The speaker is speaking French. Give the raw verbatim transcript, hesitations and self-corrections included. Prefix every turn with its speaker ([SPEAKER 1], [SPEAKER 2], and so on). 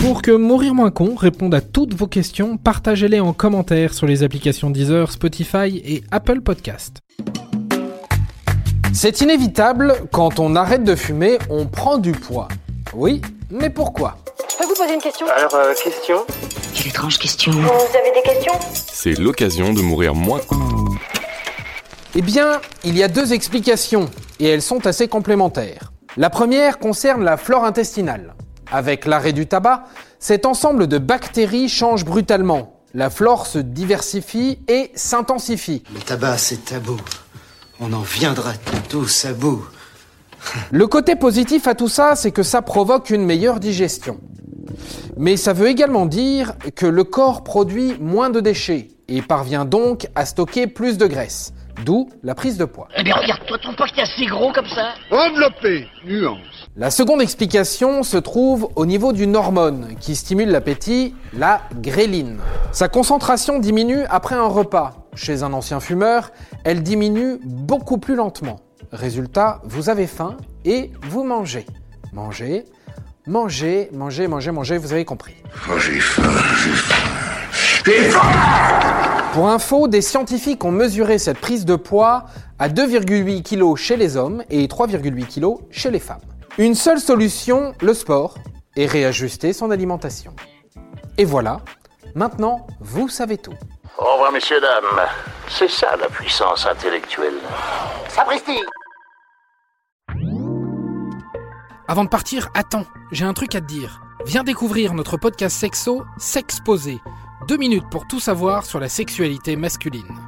[SPEAKER 1] Pour que Mourir Moins Con réponde à toutes vos questions, partagez-les en commentaire sur les applications Deezer, Spotify et Apple Podcast. C'est inévitable, quand on arrête de fumer, on prend du poids. Oui, mais pourquoi ?
[SPEAKER 2] Je peux vous poser une question ?
[SPEAKER 3] Alors, euh, question ?
[SPEAKER 4] Quelle étrange question.
[SPEAKER 2] Vous avez des questions ?
[SPEAKER 5] C'est l'occasion de mourir moins con.
[SPEAKER 1] Eh bien, il y a deux explications, et elles sont assez complémentaires. La première concerne la flore intestinale. Avec l'arrêt du tabac, cet ensemble de bactéries change brutalement. La flore se diversifie et s'intensifie.
[SPEAKER 6] Le tabac, c'est tabou. On en viendra tous à bout.
[SPEAKER 1] Le côté positif à tout ça, c'est que ça provoque une meilleure digestion. Mais ça veut également dire que le corps produit moins de déchets et parvient donc à stocker plus de graisse. D'où la prise de poids.
[SPEAKER 7] Eh bien, regarde-toi, ton pas que t'es assez gros comme ça.
[SPEAKER 8] Enveloppé, nuance.
[SPEAKER 1] La seconde explication se trouve au niveau d'une hormone qui stimule l'appétit, la gréline. Sa concentration diminue après un repas. Chez un ancien fumeur, elle diminue beaucoup plus lentement. Résultat, vous avez faim et vous mangez. Mangez, mangez, mangez, mangez, mangez, vous avez compris.
[SPEAKER 8] Oh, j'ai faim, j'ai faim, j'ai faim.
[SPEAKER 1] Pour info, des scientifiques ont mesuré cette prise de poids à deux virgule huit kilos chez les hommes et trois virgule huit kilos chez les femmes. Une seule solution, le sport, et réajuster son alimentation. Et voilà, maintenant, vous savez tout.
[SPEAKER 3] Au revoir, messieurs, dames. C'est ça, la puissance intellectuelle.
[SPEAKER 7] Sapristi.
[SPEAKER 1] Avant de partir, attends, j'ai un truc à te dire. Viens découvrir notre podcast sexo, S'exposer. Deux minutes pour tout savoir sur la sexualité masculine.